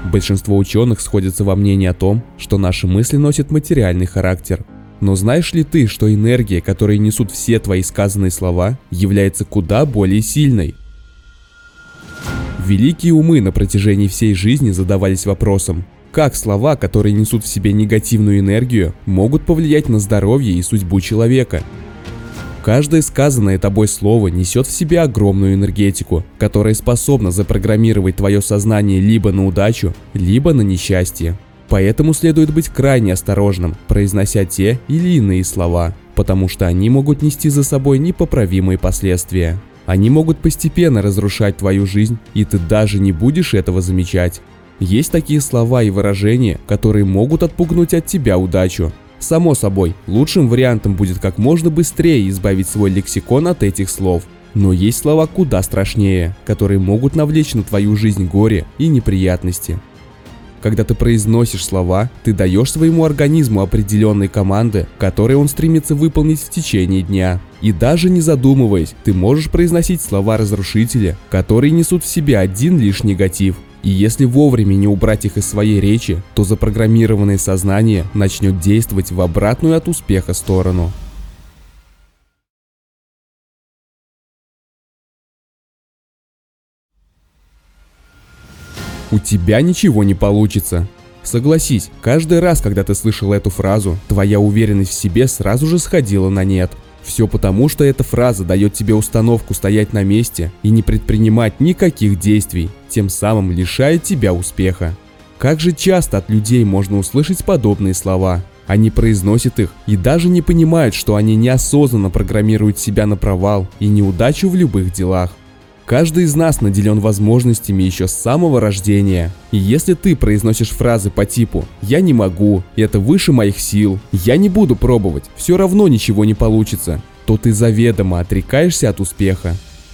Большинство ученых сходятся во мнении о том, что наши мысли носят материальный характер. Но знаешь ли ты, что энергия, которую несут все твои сказанные слова, является куда более сильной? Великие умы на протяжении всей жизни задавались вопросом, как слова, которые несут в себе негативную энергию, могут повлиять на здоровье и судьбу человека. Каждое сказанное тобой слово несет в себе огромную энергетику, которая способна запрограммировать твое сознание либо на удачу, либо на несчастье. Поэтому следует быть крайне осторожным, произнося те или иные слова, потому что они могут нести за собой непоправимые последствия. Они могут постепенно разрушать твою жизнь, и ты даже не будешь этого замечать. Есть такие слова и выражения, которые могут отпугнуть от тебя удачу. Само собой, лучшим вариантом будет как можно быстрее избавить свой лексикон от этих слов. Но есть слова куда страшнее, которые могут навлечь на твою жизнь горе и неприятности. Когда ты произносишь слова, ты даешь своему организму определенные команды, которые он стремится выполнить в течение дня. И даже не задумываясь, ты можешь произносить слова-разрушители, которые несут в себе один лишь негатив. И если вовремя не убрать их из своей речи, то запрограммированное сознание начнет действовать в обратную от успеха сторону. У тебя ничего не получится. Согласись, каждый раз, когда ты слышал эту фразу, твоя уверенность в себе сразу же сходила на нет. Все потому, что эта фраза дает тебе установку стоять на месте и не предпринимать никаких действий, тем самым лишая тебя успеха. Как же часто от людей можно услышать подобные слова? Они произносят их и даже не понимают, что они неосознанно программируют себя на провал и неудачу в любых делах. Каждый из нас наделен возможностями еще с самого рождения. И если ты произносишь фразы по типу «я не могу», «это выше моих сил», «я не буду пробовать», «все равно ничего не получится», то ты заведомо отрекаешься от успеха.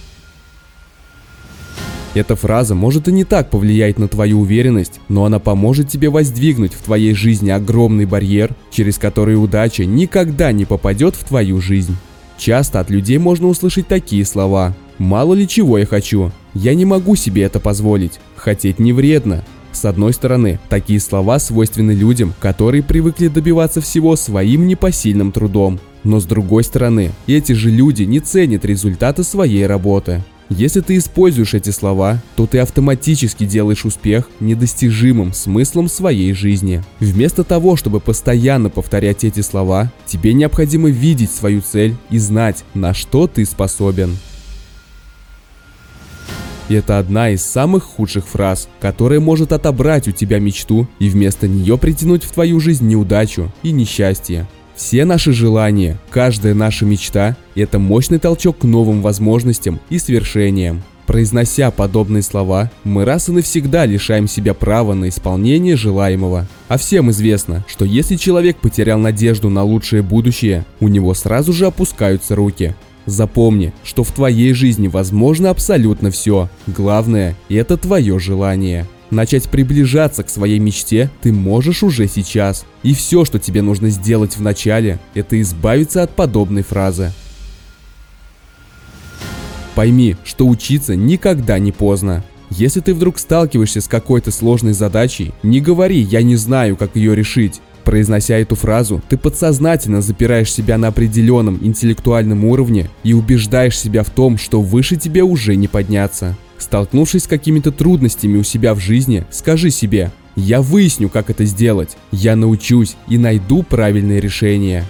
Эта фраза может и не так повлиять на твою уверенность, но она поможет тебе воздвигнуть в твоей жизни огромный барьер, через который удача никогда не попадет в твою жизнь. Часто от людей можно услышать такие слова: «Мало ли чего я хочу, я не могу себе это позволить, хотеть не вредно». С одной стороны, такие слова свойственны людям, которые привыкли добиваться всего своим непосильным трудом. Но с другой стороны, эти же люди не ценят результаты своей работы. Если ты используешь эти слова, то ты автоматически делаешь успех недостижимым смыслом своей жизни. Вместо того, чтобы постоянно повторять эти слова, тебе необходимо видеть свою цель и знать, на что ты способен. И это одна из самых худших фраз, которая может отобрать у тебя мечту и вместо нее притянуть в твою жизнь неудачу и несчастье. Все наши желания, каждая наша мечта – это мощный толчок к новым возможностям и свершениям. Произнося подобные слова, мы раз и навсегда лишаем себя права на исполнение желаемого. А всем известно, что если человек потерял надежду на лучшее будущее, у него сразу же опускаются руки. Запомни, что в твоей жизни возможно абсолютно все. Главное – это твое желание. Начать приближаться к своей мечте ты можешь уже сейчас. И все, что тебе нужно сделать вначале, это избавиться от подобной фразы. Пойми, что учиться никогда не поздно. Если ты вдруг сталкиваешься с какой-то сложной задачей, не говори «я не знаю, как ее решить». Произнося эту фразу, ты подсознательно запираешь себя на определенном интеллектуальном уровне и убеждаешь себя в том, что выше тебе уже не подняться. Столкнувшись с какими-то трудностями у себя в жизни, скажи себе: «Я выясню, как это сделать, я научусь и найду правильное решение».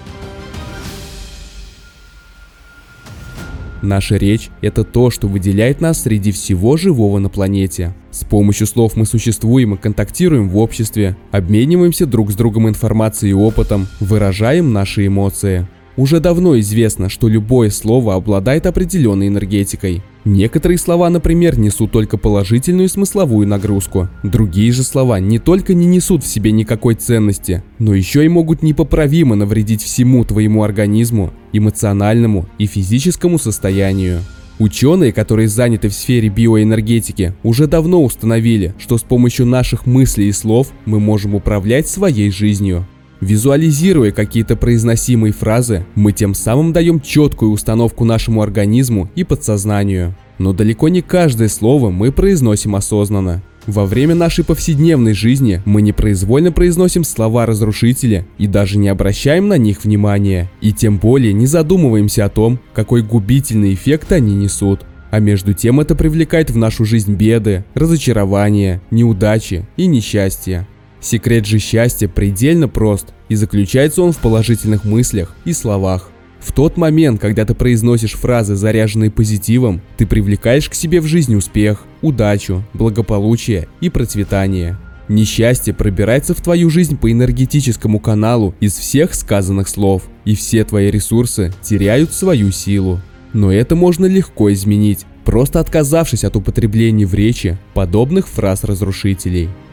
Наша речь – это то, что выделяет нас среди всего живого на планете. С помощью слов мы существуем и контактируем в обществе, обмениваемся друг с другом информацией и опытом, выражаем наши эмоции. Уже давно известно, что любое слово обладает определенной энергетикой. Некоторые слова, например, несут только положительную смысловую нагрузку. Другие же слова не только не несут в себе никакой ценности, но еще и могут непоправимо навредить всему твоему организму, эмоциональному и физическому состоянию. Ученые, которые заняты в сфере биоэнергетики, уже давно установили, что с помощью наших мыслей и слов мы можем управлять своей жизнью. Визуализируя какие-то произносимые фразы, мы тем самым даем четкую установку нашему организму и подсознанию. Но далеко не каждое слово мы произносим осознанно. Во время нашей повседневной жизни мы непроизвольно произносим слова разрушителя и даже не обращаем на них внимания, и тем более не задумываемся о том, какой губительный эффект они несут. А между тем это привлекает в нашу жизнь беды, разочарования, неудачи и несчастья. Секрет же счастья предельно прост, и заключается он в положительных мыслях и словах. В тот момент, когда ты произносишь фразы, заряженные позитивом, ты привлекаешь к себе в жизнь успех, удачу, благополучие и процветание. Несчастье пробирается в твою жизнь по энергетическому каналу из всех сказанных слов, и все твои ресурсы теряют свою силу. Но это можно легко изменить, просто отказавшись от употребления в речи подобных фраз разрушителей.